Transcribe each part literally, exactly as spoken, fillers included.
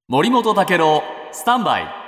森本武郎スタンバイ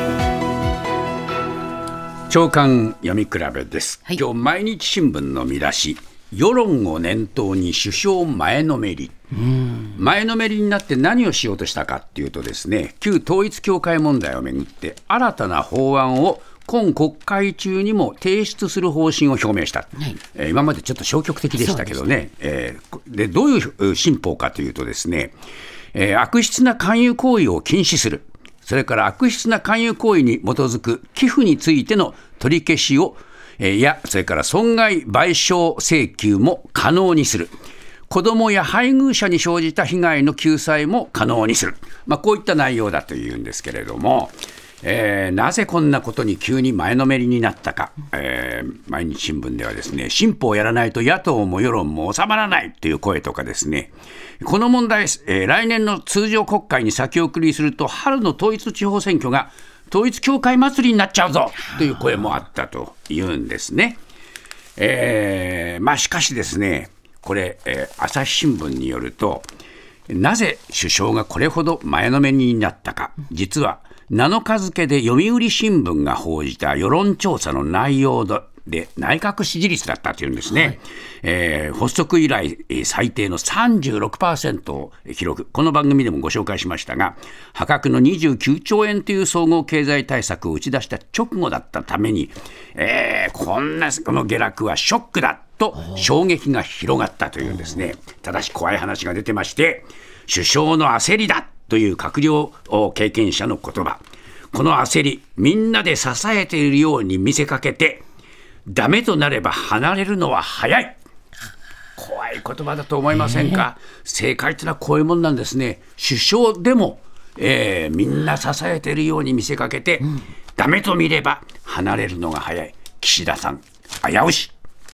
朝刊読み比べです、 はい、 今日毎日新聞の見出し、世論を念頭に首相前のめり。前のめりになって何をしようとしたかっていうとですね、旧統一教会問題をめぐって新たな法案を今国会中にも提出する方針を表明した、はいえー、今までちょっと消極的でしたけどね、えー、でどういう新法かというとですね、えー、悪質な勧誘行為を禁止する、それから悪質な勧誘行為に基づく寄付についての取り消しを、えー、やそれから損害賠償請求も可能にする、子どもや配偶者に生じた被害の救済も可能にする、まあ、こういった内容だというんですけれども、えー、なぜこんなことに急に前のめりになったか、えー、毎日新聞ではですね、新法をやらないと野党も世論も収まらないという声とかですね、この問題、えー、来年の通常国会に先送りすると春の統一地方選挙が統一教会祭りになっちゃうぞという声もあったというんですね。えーまあ、しかしですね、これ、えー、朝日新聞によると、なぜ首相がこれほど前のめりになったか、実はなのか付で読売新聞が報じた世論調査の内容で内閣支持率だったというんですね、はいえー、発足以来最低の さんじゅうろくパーセント を記録。この番組でもご紹介しましたが、破格のにじゅうきゅうちょうえんという総合経済対策を打ち出した直後だったために、えー、こんなこの下落はショックだと衝撃が広がったというんですね。ただし怖い話が出てまして、首相の焦りだという閣僚経験者の言葉、この焦りみんなで支えているように見せかけて、ダメとなれば離れるのは早い、怖い言葉だと思いませんか。正解というのはこういうもんなんですね。首相でも、えー、みんな支えているように見せかけて、うん、ダメと見れば離れるのが早い。岸田さん危うし。